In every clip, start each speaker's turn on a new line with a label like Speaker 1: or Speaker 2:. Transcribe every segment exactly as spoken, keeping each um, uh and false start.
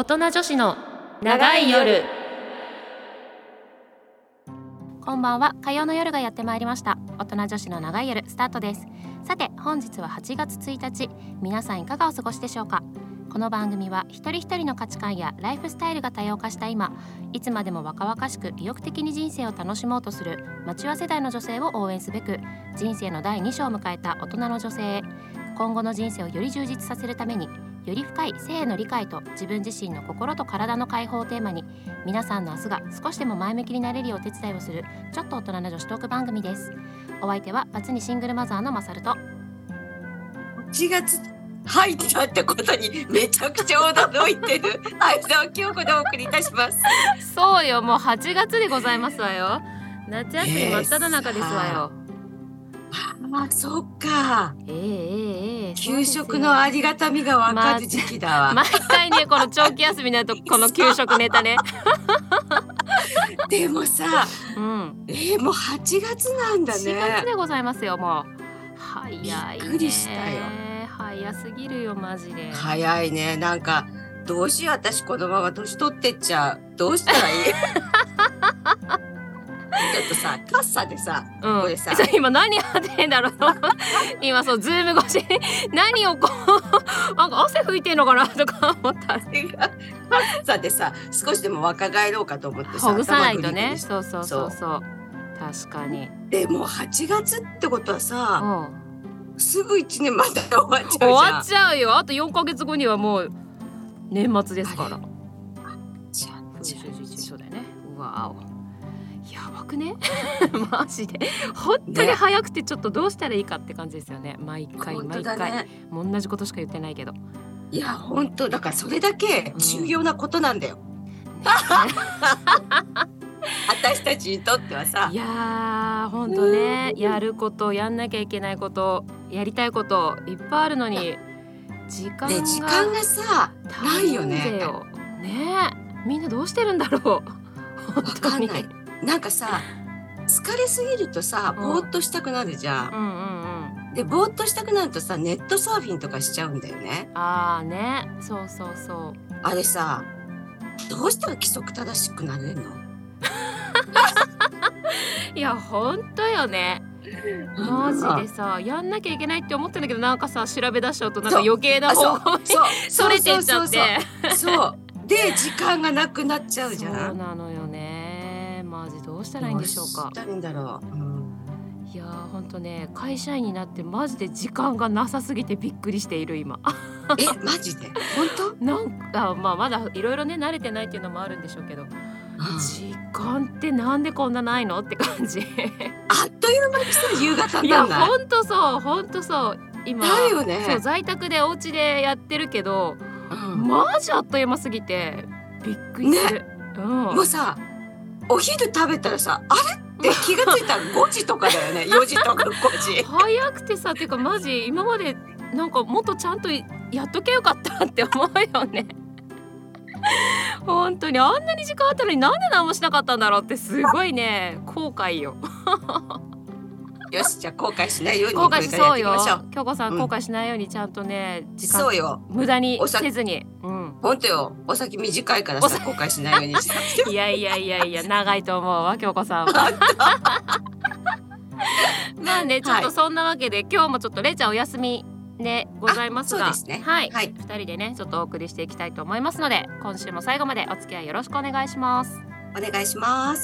Speaker 1: 大人女子の長い夜。こんばんは。火曜の夜がやってまいりました。大人女子の長い夜スタートです。さて本日ははちがつついたち、皆さんいかがお過ごしでしょうか。この番組は一人一人の価値観やライフスタイルが多様化した今、いつまでも若々しく意欲的に人生を楽しもうとするマチュア世代の女性を応援すべく、人生のだいに章を迎えた大人の女性へ、今後の人生をより充実させるためにより深い性への理解と自分自身の心と体の解放をテーマに、皆さんの明日が少しでも前向きになれるようお手伝いをするちょっと大人な女子トーク番組です。お相手はバツにシングルマザーのマサルと、は
Speaker 2: ちがつ入ったってことにめちゃくちゃ驚いてる相沢京子でお送りいたします。
Speaker 1: そうよ、もうはちがつでございますわよ。夏休み真っ只中ですわよ。
Speaker 2: ああ、そっか。
Speaker 1: えー、えー、えー、
Speaker 2: 給食のありがたみがわかる時期だわ、
Speaker 1: ま、毎回ねこの長期休みになるとこの給食ネタね
Speaker 2: でもさ、うん、えー、もうはちがつなんだね。
Speaker 1: はちがつでございますよ。もう早いね。
Speaker 2: びっくりしたよ。
Speaker 1: 早すぎるよマジで。
Speaker 2: 早いね。なんかどうしよう、私このまま年取ってっちゃう。どうしたらいいちょっとさ、カッサでさ、うん、これさ
Speaker 1: 今何やってんだろう今そうズーム越しに何をこうなんか汗拭いてんのかなとか思ったらカッ
Speaker 2: サでさ、少しでも若返ろうかと思ってさ、
Speaker 1: ほぐさないとね。そうそうそうそう、確かに。
Speaker 2: でもはちがつってことはさ、うん、すぐいちねんまた終わっちゃうじゃん。
Speaker 1: 終わっちゃうよ。あとよんかげつごにはもう年末ですから。
Speaker 2: じゃあじゃあ
Speaker 1: そうだよね。うわお、やばくねマジで本当に早くてちょっとどうしたらいいかって感じですよね。毎回毎回、ね、もう同じことしか言ってないけど。
Speaker 2: いや本当だからそれだけ重要なことなんだよ、うんね、私たちにとってはさ。
Speaker 1: いやー本当ね、やることやんなきゃいけないことやりたいこといっぱいあるのに時間が、
Speaker 2: ね、時間がさないよね。
Speaker 1: ねえ、みんなどうしてるんだろう
Speaker 2: わかんない。なんかさ、疲れすぎるとさ、ぼーっとしたくなるじゃん。うんうんうん、で、ぼーっとしたくなるとさ、ネットサーフィンとかしちゃうんだよね。
Speaker 1: あーね、そうそうそう。
Speaker 2: あれさ、どうしたら規則正しくなれるの
Speaker 1: いや、ほんとよね。マジでさ、やんなきゃいけないって思ってんだけど、なんかさ、調べ出しちゃうとなんか余計な方向にそれてっちゃって。
Speaker 2: そうで、時間がなくなっちゃうじゃん。
Speaker 1: そうなのよね。マジどうしたらいいんでしょうか。
Speaker 2: どうしたらいいんだろう、うん、
Speaker 1: いやーほんとね、会社員になってマジで時間がなさすぎてびっくりしている今
Speaker 2: え、マジで本当？
Speaker 1: なんか、まあ、まだいろいろね慣れてないっていうのもあるんでしょうけど、うん、時間ってなんでこんなないのって感じ
Speaker 2: あっという間にさ夕方に
Speaker 1: な
Speaker 2: らない？
Speaker 1: いやほんとそうほんとそう今
Speaker 2: だよね。
Speaker 1: そう在宅でお家でやってるけど、うん、マジあっという間すぎてびっくりする、ね、うん、
Speaker 2: もうさお昼食べたらさあれって気がついたらごじとかだよねよじとかごじ
Speaker 1: 早くてさ、てかマジ今までなんかもっとちゃんとやっとけよかったって思うよね本当にあんなに時間あったのになんで何もしなかったんだろうってすごいね後悔よ
Speaker 2: よし、じゃあ後悔しないように
Speaker 1: 後悔しそうよ。京子さん、うん、後悔しないようにちゃんとね時間
Speaker 2: そうよ
Speaker 1: 無駄にせずに、うん、
Speaker 2: 本当よ。お先短いからさ後悔しないようにして
Speaker 1: いやいやいやいや長いと思うわ京子さんはまあねちょっとそんなわけで、はい、今日もちょっとれいちゃんお休みでございますが、
Speaker 2: そうですね、
Speaker 1: はい、はい、ふたりでねちょっとお送りしていきたいと思いますので、今週も最後までお付き合いよろしくお願いします。
Speaker 2: お願いします。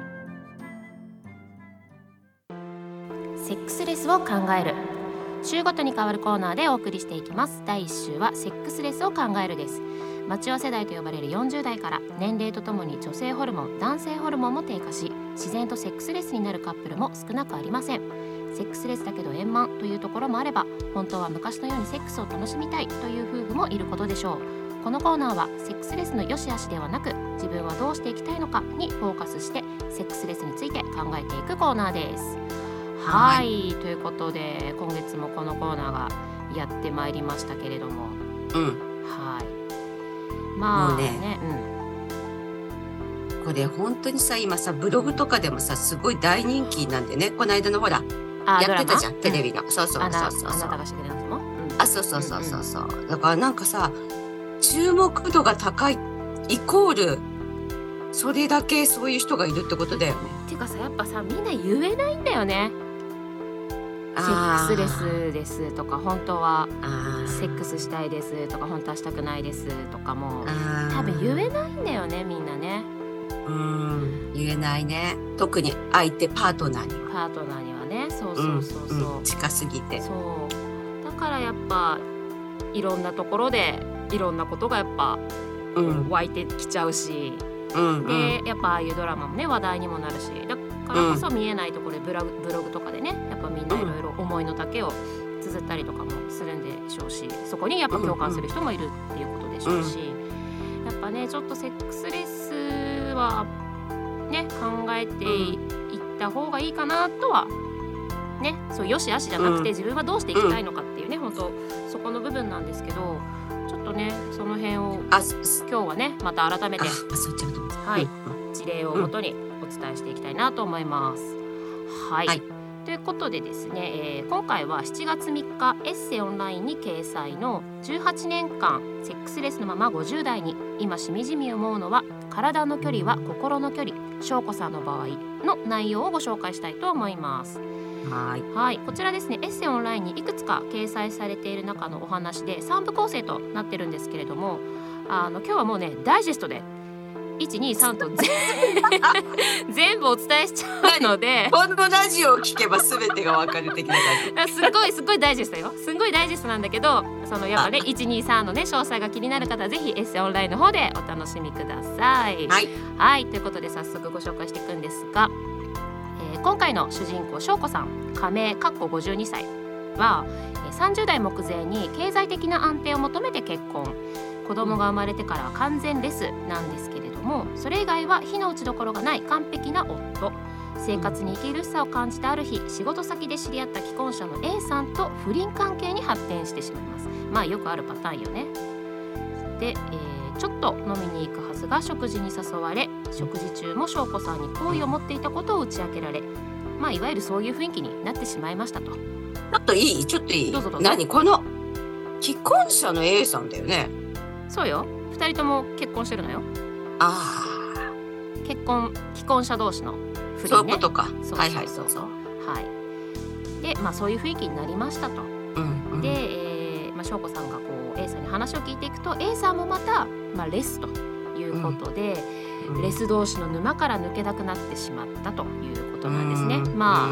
Speaker 1: セックスレスを考える、週ごとに変わるコーナーでお送りしていきます。だいいっ週はセックスレスを考えるです。マチュア世代と呼ばれるよんじゅう代から年齢とともに女性ホルモン男性ホルモンも低下し、自然とセックスレスになるカップルも少なくありません。セックスレスだけど円満というところもあれば、本当は昔のようにセックスを楽しみたいという夫婦もいることでしょう。このコーナーはセックスレスの良し悪しではなく、自分はどうしていきたいのかにフォーカスしてセックスレスについて考えていくコーナーです。はい、はい、ということで今月もこのコーナーがやってまいりましたけれども、
Speaker 2: うん、
Speaker 1: はい、まあ
Speaker 2: もうね、ね、うん、これ本当にさ今さブログとかでもさすごい大人気なんでね。この間のほらやってたじゃんテレビの、うん、そうそうそうそうそう、
Speaker 1: あなたがしてくれますもん、うん、
Speaker 2: あそうそうそうそうそう、うんうん、だからなんかさ注目度が高いイコールそれだけそういう人がいるってことだよね。
Speaker 1: っていうかさ、やっぱさみんな言えないんだよね。セックスレスですとか本当はセックスしたいですとか本当はしたくないですとかも多分言えないんだよね、みんなね。
Speaker 2: うん、言えないね。特に相手パートナーには
Speaker 1: パートナーにはね。そうそうそうそう、
Speaker 2: うんうん、近すぎて。
Speaker 1: そうだからやっぱいろんなところでいろんなことがやっぱ、うん、湧いてきちゃうし、うんうん、でやっぱああいうドラマもね話題にもなるし、だからこそ見えないところでブログ、ブログとかでねやっぱみんないろいろ思いの丈を綴ったりとかもするんでしょうし、そこにやっぱ共感する人もいるっていうことでしょうし、やっぱねちょっとセックスレスはね考えていった方がいいかなとはね、そうよしあしじゃなくて自分はどうしていきたいのかっていうね、本当そこの部分なんですけど、ちょっとねその辺を今日はねまた改めてはい、事例をもとにお伝えしていきたいなと思います。はい、はい、ということでですね、えー、今回はしちがつみっかエッセイオンラインに掲載のじゅうはちねんかんセックスレスのままごじゅうだいに今しみじみ思うのは体の距離は心の距離、翔子さんの場合の内容をご紹介したいと思います。はい、はい、こちらですねエッセイオンラインにいくつか掲載されている中のお話でさんぶ構成となってるんですけれども、あの今日はもうねダイジェストでいち、に、さんと全部お伝えしちゃうので
Speaker 2: このラジオを聞けば全てが分かる的な感じ
Speaker 1: すごいすごいダイジェストよ、すごいダイジェストなんだけど、そのやっぱねいち、に、さんのね詳細が気になる方はぜひエッセイオンラインの方でお楽しみください。はい、はい、ということで早速ご紹介していくんですが、えー、今回の主人公翔子さん仮名かっこごじゅうにさいはさんじゅうだい目前に経済的な安定を求めて結婚、子供が生まれてからは完全レスなんですけれども、それ以外は非の打ちどころがない完璧な夫。生活に息苦しさを感じたある日、仕事先で知り合った既婚者の A さんと不倫関係に発展してしまいます。まあよくあるパターンよね。で、えー、ちょっと飲みに行くはずが食事に誘われ、食事中も翔子さんに好意を持っていたことを打ち明けられ、まあいわゆるそういう雰囲気になってしまいましたと。ち
Speaker 2: ょっといいちょっといい
Speaker 1: どうぞどうぞ。
Speaker 2: 何この既婚者の A さんだよね。
Speaker 1: そうよ、ふたりとも結婚してるのよ。
Speaker 2: あ
Speaker 1: あ、結婚既婚者同士の不倫ね。
Speaker 2: そういうことか。
Speaker 1: そうそうそう、
Speaker 2: はいはいそうそう。
Speaker 1: はい。で、まあそういう雰囲気になりましたと。うんうん、で、えー、まあ翔子さんがこう A さんに話を聞いていくと、 A さんもまた、まあ、レスということで、うん、レス同士の沼から抜けなくなってしまったということなんですね。うん、まあ、うん、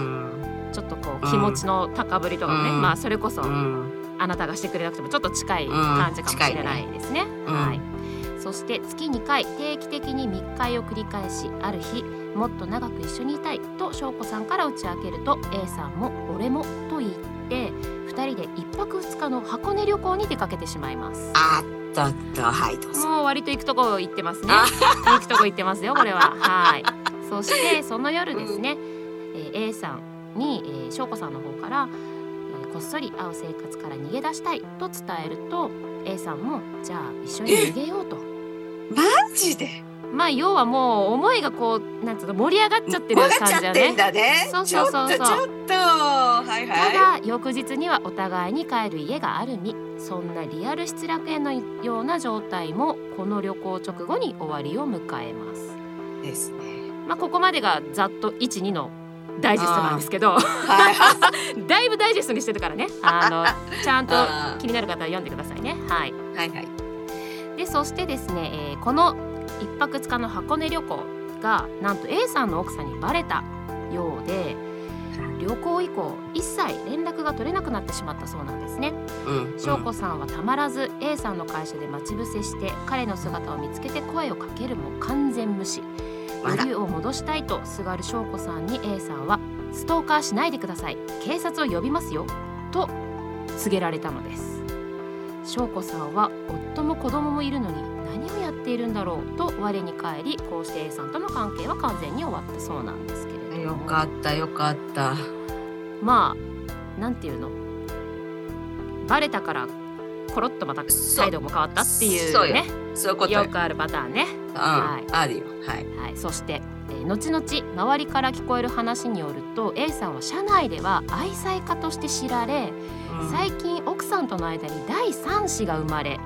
Speaker 1: ちょっとこう気持ちの高ぶりとかね、うん、まあそれこそ、うん、あなたがしてくれなくてもちょっと近い感じかもしれないですね。うん、はい。そして月にかい定期的に密会を繰り返し、ある日もっと長く一緒にいたいと翔子さんから打ち明けると、 A さんも俺もと言ってふたりでいっぱくふつかの箱根旅行に出かけてしまいます。
Speaker 2: あったった、はいどうぞ。
Speaker 1: もう割と行くとこ行ってますね。行くとこ行ってますよこれは。はい。そしてその夜ですね、えー、A さんに、えー、翔子さんの方から、えー、こっそり会う生活から逃げ出したいと伝えると、 A さんもじゃあ一緒に逃げようと。
Speaker 2: マジで。
Speaker 1: まあ要はもう思いがこうなんつうの盛り上がっちゃってる感じだね。
Speaker 2: 盛り上がっちゃってんだね。
Speaker 1: そうそうそうそう。
Speaker 2: ちょっとちょっと、はいはい。
Speaker 1: ただ翌日にはお互いに帰る家がある身、そんなリアル失楽園のような状態もこの旅行直後に終わりを迎えます。
Speaker 2: ですね。
Speaker 1: まあここまでがざっといち、にのダイジェストなんですけど、だいぶダイジェストにしてるからね。あのちゃんと気になる方は読んでくださいね。はい。
Speaker 2: はいはい。
Speaker 1: でそしてですね、えー、このいっぱくふつかの箱根旅行がなんと A さんの奥さんにバレたようで、旅行以降一切連絡が取れなくなってしまったそうなんですね。翔子、うん、さんはたまらず A さんの会社で待ち伏せして彼の姿を見つけて声をかけるも完全無視。よりを戻したいとすがる翔子さんに A さんはストーカーしないでください、警察を呼びますよと告げられたのです。翔子さんは夫も子供もいるのに何をやっているんだろうと我に返り、こうして A さんとの関係は完全に終わったそうなんですけれども。
Speaker 2: よかったよかった。
Speaker 1: まあなんていうの、バレたからコロッとまた態度も変わったっていうね、
Speaker 2: そういうことよ。
Speaker 1: よくあるパターンね。
Speaker 2: うん、はい、あるよ。はい、
Speaker 1: はい、そして、えー、後々周りから聞こえる話によると A さんは社内では愛妻家として知られ、うん、最近奥さんとの間にだいさん子が生まれ、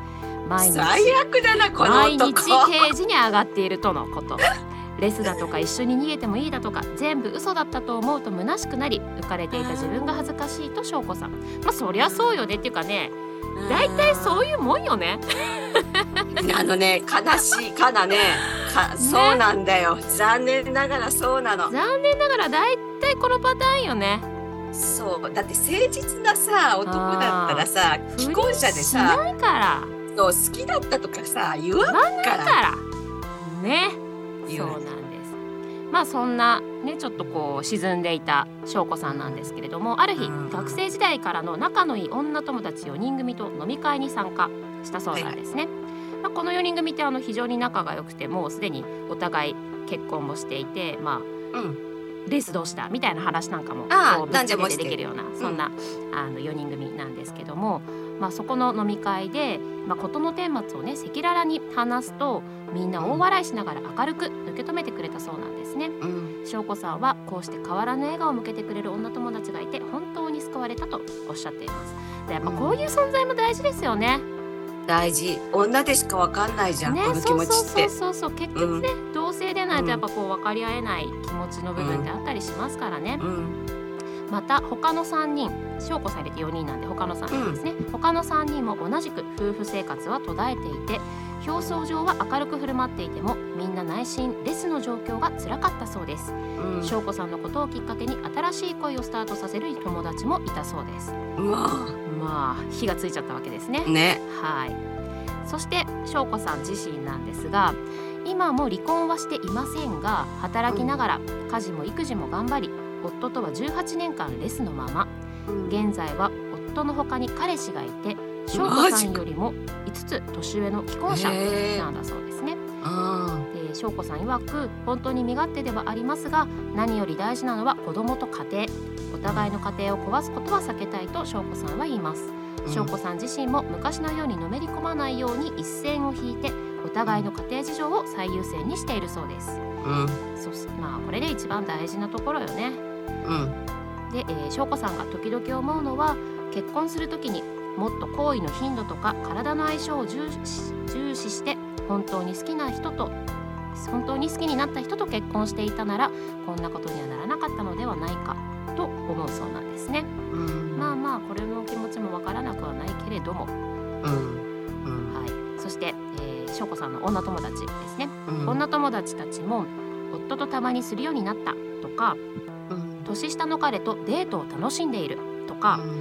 Speaker 1: 毎日
Speaker 2: 最悪だなこの
Speaker 1: 毎
Speaker 2: 男。
Speaker 1: 日刑事に上がっているとのこと。レスだとか一緒に逃げてもいいだとか全部嘘だったと思うと虚しくなり、浮かれていた自分が恥ずかしいと翔子さん。まあそりゃそうよねっていうかね、だいたいそういうもんよね。
Speaker 2: あのね、悲しいかなねか、ね、そうなんだよ。残念ながらそうなの。
Speaker 1: 残念ながらだいたいこのパターンよね。
Speaker 2: そうだって誠実なさ男だったらさ、既婚者でさ、
Speaker 1: しないから
Speaker 2: そう好きだったとかさ言わないから
Speaker 1: からね。そうなんです。まあそんなねちょっとこう沈んでいた翔子さんなんですけれども、ある日学生時代からの仲のいい女友達よにん組と飲み会に参加したそうなんですね。はいはい。まあ、このよにん組ってあの非常に仲が良くて、もうすでにお互い結婚もしていて、まあ、うんレース同士だみたいな話なんかもこうぶっちゃけてできるようなそんな、うん、あのよにん組なんですけども、まあ、そこの飲み会で、まあ、事の顛末をね赤裸々に話すとみんな大笑いしながら明るく受け止めてくれたそうなんですね。うん、翔子さんはこうして変わらぬ笑顔を向けてくれる女友達がいて本当に救われたとおっしゃっています。でやっぱこういう存在も大事ですよね。
Speaker 2: 大事。女でしか分かんないじゃん、ね、この気持ちって。そう
Speaker 1: そうそうそう結局ね、うん、同性でないとやっぱこう分かり合えない気持ちの部分ってあったりしますからね。うんうん、また他のさんにん、翔子さん入れてよにんなんで他のさんにんですね、うん、他のさんにんも同じく夫婦生活は途絶えていて、表層上は明るく振る舞っていてもみんな内心レスの状況が辛かったそうです。うん、翔子さんのことをきっかけに新しい恋をスタートさせる友達もいたそうです。
Speaker 2: うわ
Speaker 1: まあ火がついちゃったわけですね。
Speaker 2: ね。
Speaker 1: はい。そして翔子さん自身なんですが、今も離婚はしていませんが働きながら家事も育児も頑張り、夫とはじゅうはちねんかんレスのまま、うん、現在は夫の他に彼氏がいて翔子さんよりもいつつ年上の既婚者なんだそうですね。で翔子さん曰く本当に身勝手ではありますが何より大事なのは子供と家庭、お互いの家庭を壊すことは避けたいと翔子さんは言います。翔子さん自身も昔のようにのめり込まないように一線を引いてお互いの家庭事情を最優先にしているそうです。うん、そまあこれで一番大事なところよね。うん、で、えー、翔子さんが時々思うのは結婚するときにもっと行為の頻度とか体の相性を重視、重視して本当に好きな人と本当に好きになった人と結婚していたならこんなことにはならなかったのではないかと思うそうなんですね。うん、まあまあこれの気持ちもわからなくはないけれども、うんうんはい、そして、えー、翔子さんの女友達ですね、うん、女友達たちも夫とたまにするようになったとか、うん、年下の彼とデートを楽しんでいるとか、うん、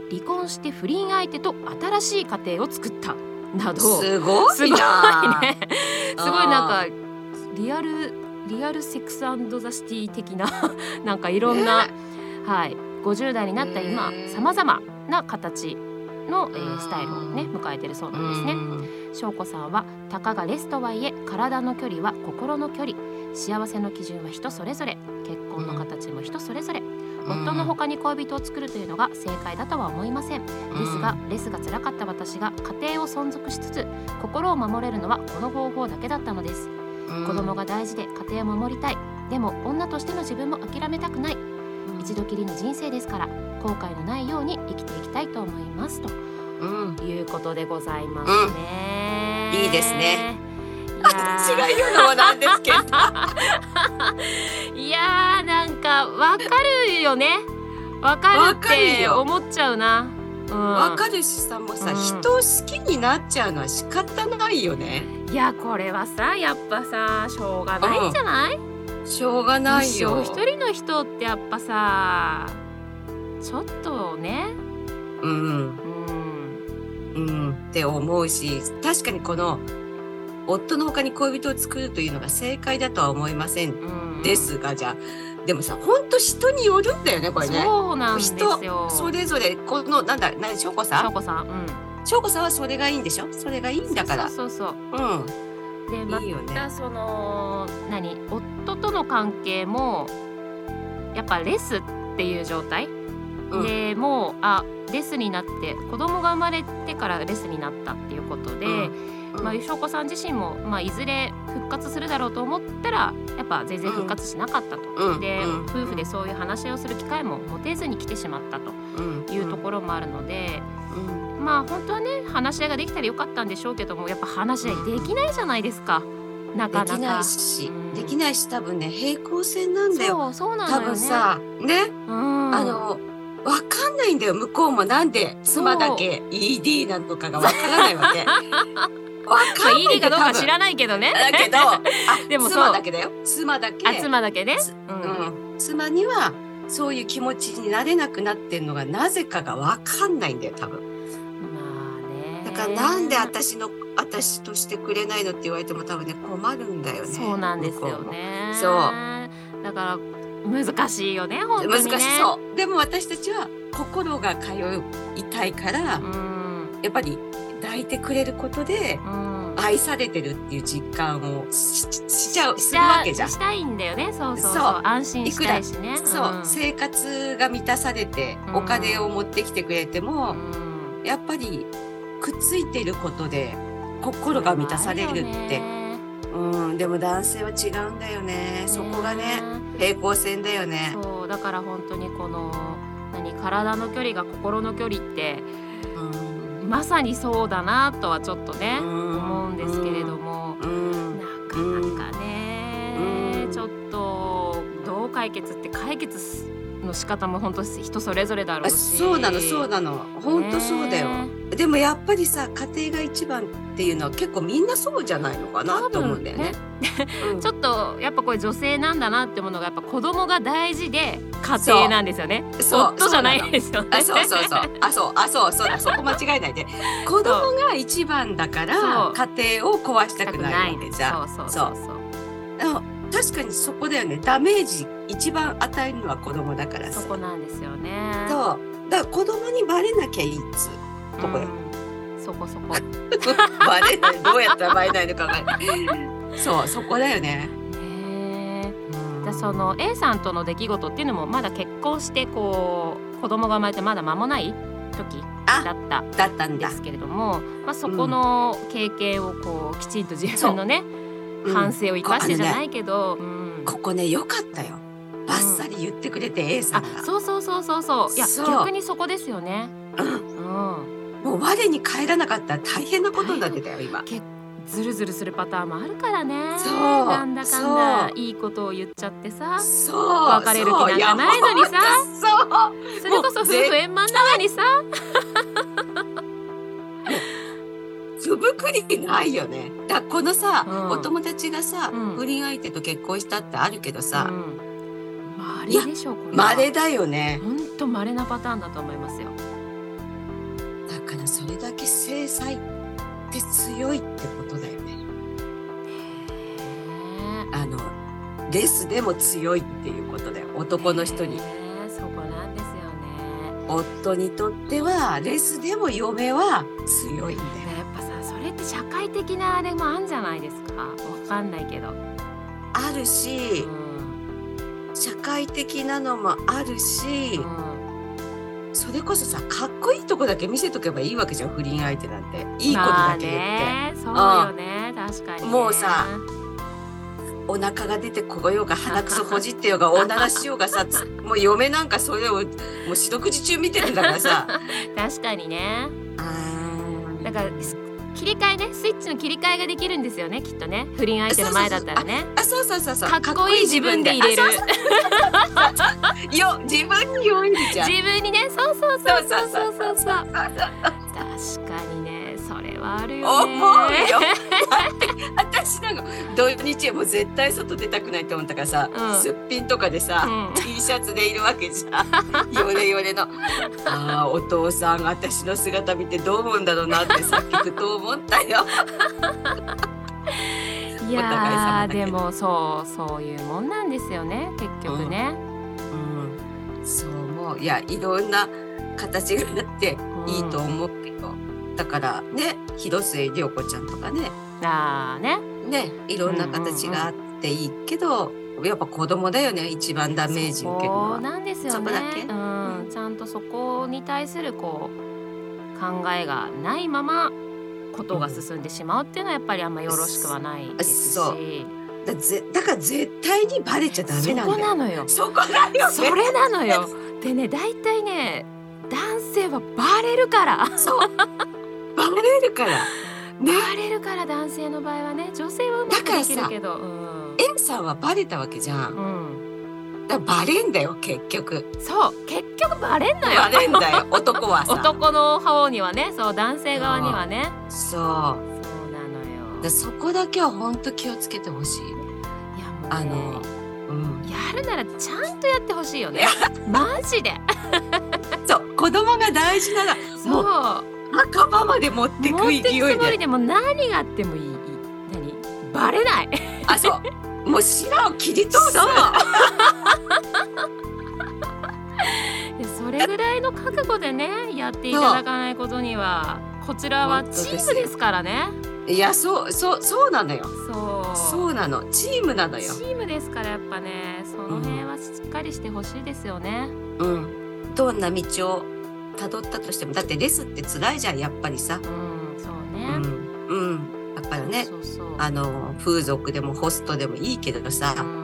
Speaker 1: 離婚して不倫相手と新しい家庭を作ったなど
Speaker 2: すごいなすごい
Speaker 1: ねすごいなんかリアルリアルセックス&ザシティ的ななんかいろんな、ねはい、ごじゅう代になった今さまざまな形の、えー、スタイルをね迎えてるそうなんですね。翔子さんはたかがレスとはいえ体の距離は心の距離、幸せの基準は人それぞれ、結婚の形も人それぞれ、夫の他に恋人を作るというのが正解だとは思いません。ですがレスが辛かった私が家庭を存続しつつ心を守れるのはこの方法だけだったのです。子供が大事で家庭を守りたい、でも女としての自分も諦めたくない、一度きりの人生ですから後悔のないように生きていきたいと思いますと、うん、いうことでございますね、
Speaker 2: うん、いいですね。私が言うのもなんですけど
Speaker 1: いやーなんかわかるよね、わかるって思っちゃうな。
Speaker 2: わ、うん、かるしさ、もうさ、うん、人を好きになっちゃうのは仕方ないよね。
Speaker 1: いやこれはさやっぱさしょうがないんじゃない、
Speaker 2: うん、しょうがないよ。
Speaker 1: 一人の人ってやっぱさちょっとね
Speaker 2: うん、うんうん、って思うし、確かにこの夫の他に恋人を作るというのが正解だとは思いません、うん、ですが、じゃあでもさ本当人によるんだよねこれね。
Speaker 1: そうなんですよ。
Speaker 2: 人それぞれこのなんだ何翔子さん
Speaker 1: 翔子さん、うん、
Speaker 2: 翔子さんはそれがいいんでしょ。それがいいんだから。
Speaker 1: そうそうそうそう、うん、でまたいいよね、その何夫との関係もやっぱレスっていう状態、うん、でもうあレスになって子供が生まれてからレスになったっていうことで、うんうんまあ、翔子さん自身も、まあ、いずれ復活するだろうと思ったらやっぱ全然復活しなかったと、うん、で、うん、夫婦でそういう話し合いをする機会も持てずに来てしまったというところもあるので、うんまあ本当はね話し合いができたらよかったんでしょうけども、やっぱ話し合いできないじゃないですか、なかなか
Speaker 2: できないし、
Speaker 1: うん
Speaker 2: できないし多分ね平行線なんだよ。
Speaker 1: そうそうなの
Speaker 2: 多
Speaker 1: よね。
Speaker 2: 分さね、
Speaker 1: うん
Speaker 2: あのわかんないんだよ向こうもなんで妻だけ イーディー なのかがわからないわけ。わ
Speaker 1: まあ
Speaker 2: かんない
Speaker 1: イーディー かどうか知
Speaker 2: ない
Speaker 1: らないけどね。
Speaker 2: だけど、あ
Speaker 1: でもそう
Speaker 2: 妻だけだよ。妻だけ。
Speaker 1: あ妻だけね。う
Speaker 2: うんん、妻にはそういう気持ちになれなくなってんのがなぜかがわかんないんだよ多分。
Speaker 1: まあね。
Speaker 2: だからなんで私の私としてくれないのって言われても多分ね困るんだよね。
Speaker 1: そうなんですよ
Speaker 2: 向こうも。
Speaker 1: ね。
Speaker 2: そう
Speaker 1: だから難しいよね本当にね。
Speaker 2: 難しそう。でも私たちは心が通いたいから、
Speaker 1: うん
Speaker 2: やっぱり抱いてくれることで
Speaker 1: うん。
Speaker 2: 愛されてるっていう実感をししちゃうす
Speaker 1: しちゃ
Speaker 2: るわけじゃん。
Speaker 1: したいんだよね。そうそうそう。
Speaker 2: そう
Speaker 1: 安心したいしね。
Speaker 2: そう、
Speaker 1: ん
Speaker 2: 生活が満たされて、
Speaker 1: うん
Speaker 2: お金を持ってきてくれても、
Speaker 1: うん
Speaker 2: やっぱりくっついてることで心が満たされるって、うん、でも男性は違うんだよね。そこがね平行線だよね。
Speaker 1: そうだから本当にこの何体の距離が心の距離って
Speaker 2: うん
Speaker 1: まさにそうだなとはちょっとね、
Speaker 2: うん
Speaker 1: 思うんですけれども、
Speaker 2: うん
Speaker 1: なかなかね、
Speaker 2: うん
Speaker 1: ちょっとどう解決って解決の仕方も本当人それぞれだろう
Speaker 2: あ
Speaker 1: し。
Speaker 2: そうなのそうなの本当そうだよ、
Speaker 1: ね
Speaker 2: でもやっぱりさ家庭が一番っていうのは結構みんなそうじゃないのかなと思うんだよね。うん
Speaker 1: ちょっとやっぱこれ女性なんだなってものがやっぱ子供が大事で家庭なんですよね。
Speaker 2: そう
Speaker 1: 夫じゃないですよね。
Speaker 2: あそうそうそうあそうあそうそうだそこ間違えないで子供が一番だから
Speaker 1: そう
Speaker 2: 家庭を壊したくないわけじゃん。
Speaker 1: そうそうそうそう。
Speaker 2: でも確かにそこだよねダメージ一番与えるのは子供だからさ。
Speaker 1: そこなんですよね。
Speaker 2: そうだから子供にバレなきゃいいっつうとこよ。
Speaker 1: うん、そこそこ。
Speaker 2: バレないどうやったらバレないのかわかんないそうそこだよね。
Speaker 1: ね
Speaker 2: うん
Speaker 1: だその A さんとの出来事っていうのもまだ結婚してこう子供が生まれてまだ間もない時
Speaker 2: あ
Speaker 1: だった
Speaker 2: だったんだ。
Speaker 1: んですけれども、まあ、そこの経験をこうきちんと自分のね、
Speaker 2: うん
Speaker 1: 反省を生かしてじゃないけど、うん
Speaker 2: ここね良かったよ。バッサリ言ってくれて A さ
Speaker 1: あ
Speaker 2: んが。
Speaker 1: そうそうそうそうそういや
Speaker 2: そう
Speaker 1: 逆にそこですよね。
Speaker 2: うん
Speaker 1: うん
Speaker 2: もう我に返らなかったら大変なことになってたよ今。
Speaker 1: けずるずるするパターンもあるからね。
Speaker 2: そう
Speaker 1: なんだかんだ
Speaker 2: そう
Speaker 1: いいことを言っちゃってさ、
Speaker 2: そう
Speaker 1: 別れる気なんかないのにさ
Speaker 2: そう
Speaker 1: それこそ夫婦円満なのにさ、
Speaker 2: 不福利ないよね。だからこのさ、
Speaker 1: うん
Speaker 2: お友達がさ、
Speaker 1: うん
Speaker 2: 不倫相手と結婚したってあるけどさ、
Speaker 1: うん、まれでしょこれは。
Speaker 2: 稀だよね。
Speaker 1: 本当稀なパターンだと思いますよ。
Speaker 2: だからそれだけ制裁って強いってことだよね。あのレスでも強いっていうことだよ男の人に。
Speaker 1: ねえそこなんですよね。
Speaker 2: 夫にとってはレスでも嫁は強いんだよ。
Speaker 1: やっぱさそれって社会的なあれもあんじゃないですか。わかんないけど。
Speaker 2: あるし
Speaker 1: う、ん
Speaker 2: 社会的なのもあるし、
Speaker 1: うん
Speaker 2: それこそさかっこいいとこだけ見せとけばいいわけじゃん不倫相手なんていいこと
Speaker 1: まあ
Speaker 2: だけ言って、
Speaker 1: ね、そうよね確かにね。
Speaker 2: もうさお腹が出てこようが鼻くそほじってようが女らしようがさつもう嫁なんかそれをもう四六時中見てるんだからさ
Speaker 1: 確かにね。
Speaker 2: あー
Speaker 1: だからす切り替えねスイッチの切り替えができるんですよねきっとね不倫相手の前だったらね。
Speaker 2: あそうそうそうそう
Speaker 1: かっこいい自分で入れる。
Speaker 2: よ自分に弱いじゃん。
Speaker 1: 自分にねそうそうそうそうそうそうそう。
Speaker 2: そう
Speaker 1: 確かにねそれはあるよ
Speaker 2: 思う
Speaker 1: ね。
Speaker 2: よ。私なんか土日はもう絶対外出たくないと思ったからさ、
Speaker 1: うん
Speaker 2: すっぴんとかでさ、
Speaker 1: うん
Speaker 2: T シャツでいるわけじゃん。ヨレヨレの。ああお父さん私の姿見てどう思うんだろうなってさっきふと思ったよ。
Speaker 1: い
Speaker 2: お互い様
Speaker 1: やー
Speaker 2: だけど
Speaker 1: でもそうそういうもんなんですよね結局ね。
Speaker 2: うん、そう思う。いやいろんな形があっていいと思うけど、だからね広末涼子ちゃんとかね
Speaker 1: ああね。
Speaker 2: ねいろんな形があっていいけど、やっぱ子供だよね一番ダメージ受けるの
Speaker 1: そう
Speaker 2: は。
Speaker 1: なんですよ
Speaker 2: そこだけ
Speaker 1: ね。うん、ちゃんとそこに対するこう考えがないままことが進んでしまうっていうのはやっぱりあんまよろしくはないですし。
Speaker 2: そうだぜだから絶対にバレちゃダメなんだよ。
Speaker 1: そこなのよ。
Speaker 2: そこだよね。
Speaker 1: それなのよ。でね大体ね男性はバレるから
Speaker 2: そうバレるからね。
Speaker 1: バレるから男性の場合はね。女性はうまくできるけど、うん、
Speaker 2: A さんはバレたわけじゃん、うん、だからバレんだよ結局。
Speaker 1: そう結局バレんのよ。
Speaker 2: バレんだよ男はさ
Speaker 1: 男の方にはね、そう男性側にはね。
Speaker 2: そう
Speaker 1: そうなのよ。
Speaker 2: だそこだけは本当気をつけてほしい。い
Speaker 1: やもう、ね、
Speaker 2: あの、うん、
Speaker 1: やるならちゃんとやってほしいよねマジで
Speaker 2: そう子供が大事なら
Speaker 1: そう
Speaker 2: 墓場まで持ってく勢いで
Speaker 1: 持ってくつもりでも何があってもいい。何バレない
Speaker 2: あそうもう白を切り通す。
Speaker 1: そうそれぐらいの覚悟でねやっていただかないことには、こちらはチームですからね。
Speaker 2: いやそうそうそうなのよ。
Speaker 1: そう
Speaker 2: そうなのチームなのよ。
Speaker 1: チームですからやっぱねその辺はしっかりしてほしいですよね。
Speaker 2: うん、どんな道を辿ったとしてもだってレスって辛いじゃんやっぱりさ。
Speaker 1: うんそうね。
Speaker 2: うん、うん、やっぱりね
Speaker 1: そうそう
Speaker 2: あの風俗でもホストでもいいけどさ、うん、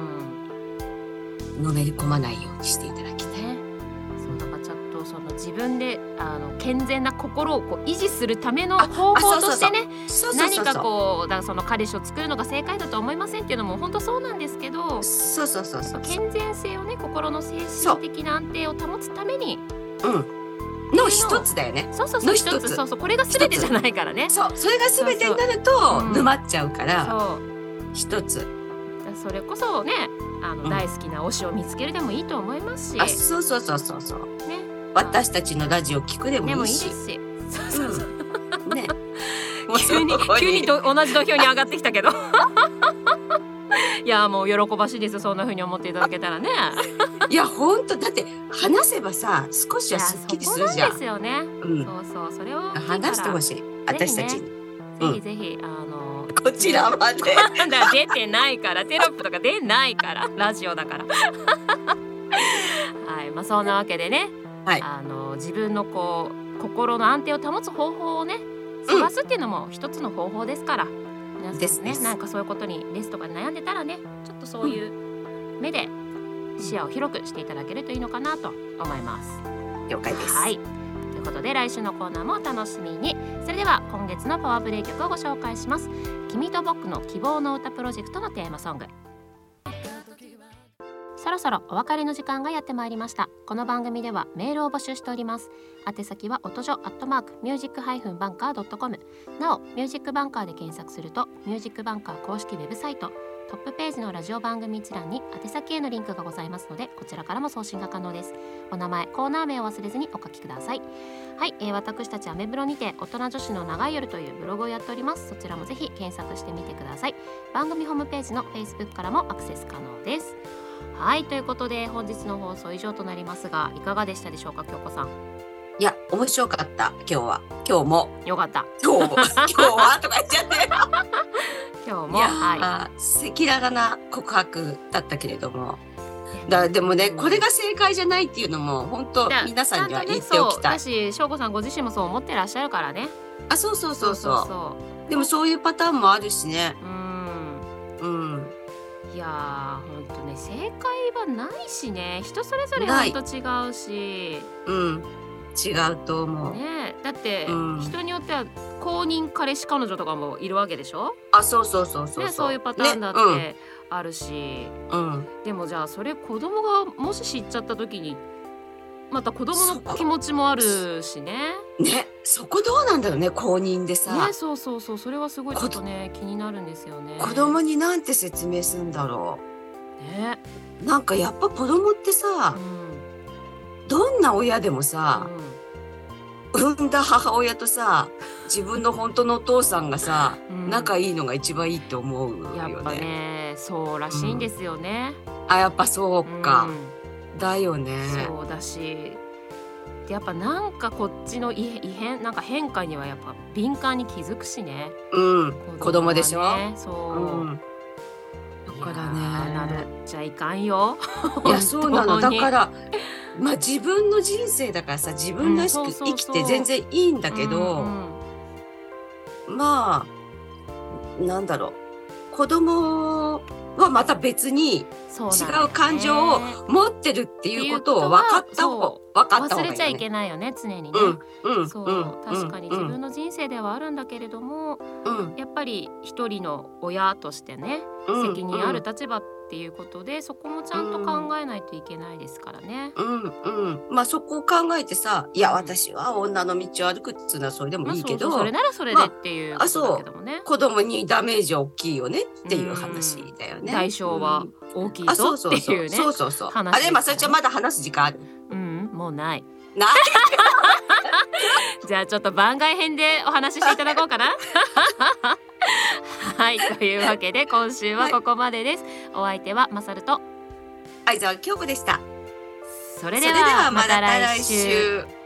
Speaker 2: のめり込まないようにしていただきたい。
Speaker 1: ね、そうだからちょっとその自分であの健全な心をこう維持するための方法としてね何かこうだからその彼氏を作るのが正解だとは思いませんっていうのも本当そうなんですけど、
Speaker 2: そうそうそうそう
Speaker 1: 健全性をね心の精神的な安定を保つために
Speaker 2: うんの一つだよね。
Speaker 1: そうそうそう一つそうそうこれが全てじゃないからね。
Speaker 2: そうそれが全てになると沼っちゃうから
Speaker 1: そう
Speaker 2: 一つ
Speaker 1: それこそねあの、
Speaker 2: うん、
Speaker 1: 大好きな推しを見つけるでもいいと思いますし、
Speaker 2: あそうそうそうそうそう、
Speaker 1: ね、
Speaker 2: 私たちのラジオ聞くでもいいし、
Speaker 1: でもいいですしそうそうそう、
Speaker 2: うん、ね
Speaker 1: 急に急にど同じ土俵に上がってきたけどいやもう喜ばしいですそんな風に思っていただけたらね
Speaker 2: いや本当だって話せばさ少しはすっきりするじゃん。
Speaker 1: そうですよね、うん、そうそうそれを
Speaker 2: 話してほしい私たちに。
Speaker 1: ぜひぜひ、うん、あの
Speaker 2: こちらまで
Speaker 1: だ出てないからテロップとか出ないからラジオだからはいまあそんなわけでね、はい、あの自分のこう心の安定を保つ方法をね探すっていうのも一つの方法ですから、うん、皆さんねなんかそういうことにレスとかに悩んでたらねちょっとそういう目で視野を広くしていただけるといいのかなと思います。
Speaker 2: 了解です。
Speaker 1: はいということで来週のコーナーもお楽しみに。それでは今月のパワープレイ曲をご紹介します。君と僕の希望の歌プロジェクトのテーマソング。そろそろお別れの時間がやってまいりました。この番組ではメールを募集しております。宛先は音女アットマークミュージックハイフンバンカードットコム。なおミュージックバンカーで検索するとミュージックバンカー公式ウェブサイトトップページのラジオ番組一覧に宛先へのリンクがございますのでこちらからも送信が可能です。お名前コーナー名を忘れずにお書きください。はい、えー、私たちアメブロにて大人女子の長い夜というブログをやっております。そちらもぜひ検索してみてください。番組ホームページの Facebook からもアクセス可能です。はいということで本日の放送以上となりますがいかがでしたでしょうか京子さん。
Speaker 2: いや面白かった今日は今日も
Speaker 1: よかった
Speaker 2: 今日今日はとか言っちゃって
Speaker 1: 今日もはい
Speaker 2: 赤裸々な告白だったけれどもだでもね、うん、これが正解じゃないっていうのも本当皆さんには言っておきたい。
Speaker 1: だし翔子さんご自身もそう思ってらっしゃるからね。
Speaker 2: あそうそうそうそうそうそうでもそういうパターンもあるしね。うんうん
Speaker 1: いやーほんとね正解はないしね人それぞれほんと違うし
Speaker 2: うん違うと思う、
Speaker 1: ね、だって、うん、人によっては公認彼氏彼女とかもいるわけでしょ。
Speaker 2: あそうそうそうそうそう、
Speaker 1: ね、そういうパターンだってあるし、ねうん、でもじゃあそれ子供がもし知っちゃった時にまた子供の気持ちもあるしね。
Speaker 2: ねそこどうなんだろうね公認でさ、
Speaker 1: ね、そうそうそうそれはすごいちょっとね気になるんですよね。
Speaker 2: 子供になんて説明するんだろ
Speaker 1: う、ね、
Speaker 2: なんかやっぱ子供ってさ、うん、どんな親でもさ、うん、産んだ母親とさ自分の本当のお父さんがさ、うん、仲いいのが一番いいって思うよね。
Speaker 1: やっぱねそうらしいんですよね、
Speaker 2: うん、あやっぱそうか、うん、だよね。
Speaker 1: そうだしやっぱなんかこっちの異変なんか変化にはやっぱ敏感に気づくしね。
Speaker 2: うん子供でしょ。
Speaker 1: そう、うん、
Speaker 2: だからね
Speaker 1: なっちゃいかんよ。
Speaker 2: いやそうなのだからまあ自分の人生だからさ自分らしく生きて全然いいんだけど、まあなんだろう子供はまた別に違う感情を持ってるっていうことを分かった方分かった方がいいよね。
Speaker 1: 忘れちゃいけないよね、常にね。
Speaker 2: うんうん、
Speaker 1: そう、うん、確かに自分の人生ではあるんだけれども、うん、やっぱり一人の親としてね、うん、責任ある立場っていうことで、そこもちゃんと考えないといけないですからね。
Speaker 2: うんうん、まあそこを考えてさ、いや私は女の道を歩くっていうのはそれでもいいけど、
Speaker 1: まあ、そうそう、それならそれでっていうことだけどもね、まあ、
Speaker 2: 子供にダメージ大きいよねっていう話だよね。
Speaker 1: 代償は大きいぞっていうね、
Speaker 2: そうそうそう、
Speaker 1: 話ですからね。
Speaker 2: あれ、まあそれじゃまだ話す時間ある？
Speaker 1: うん、もうない
Speaker 2: ない
Speaker 1: じゃあちょっと番外編でお話ししていただこうかなはい、というわけで今週はここまでです、はい、お相手はまさると
Speaker 2: 相沢京子でした。
Speaker 1: それではまた来週。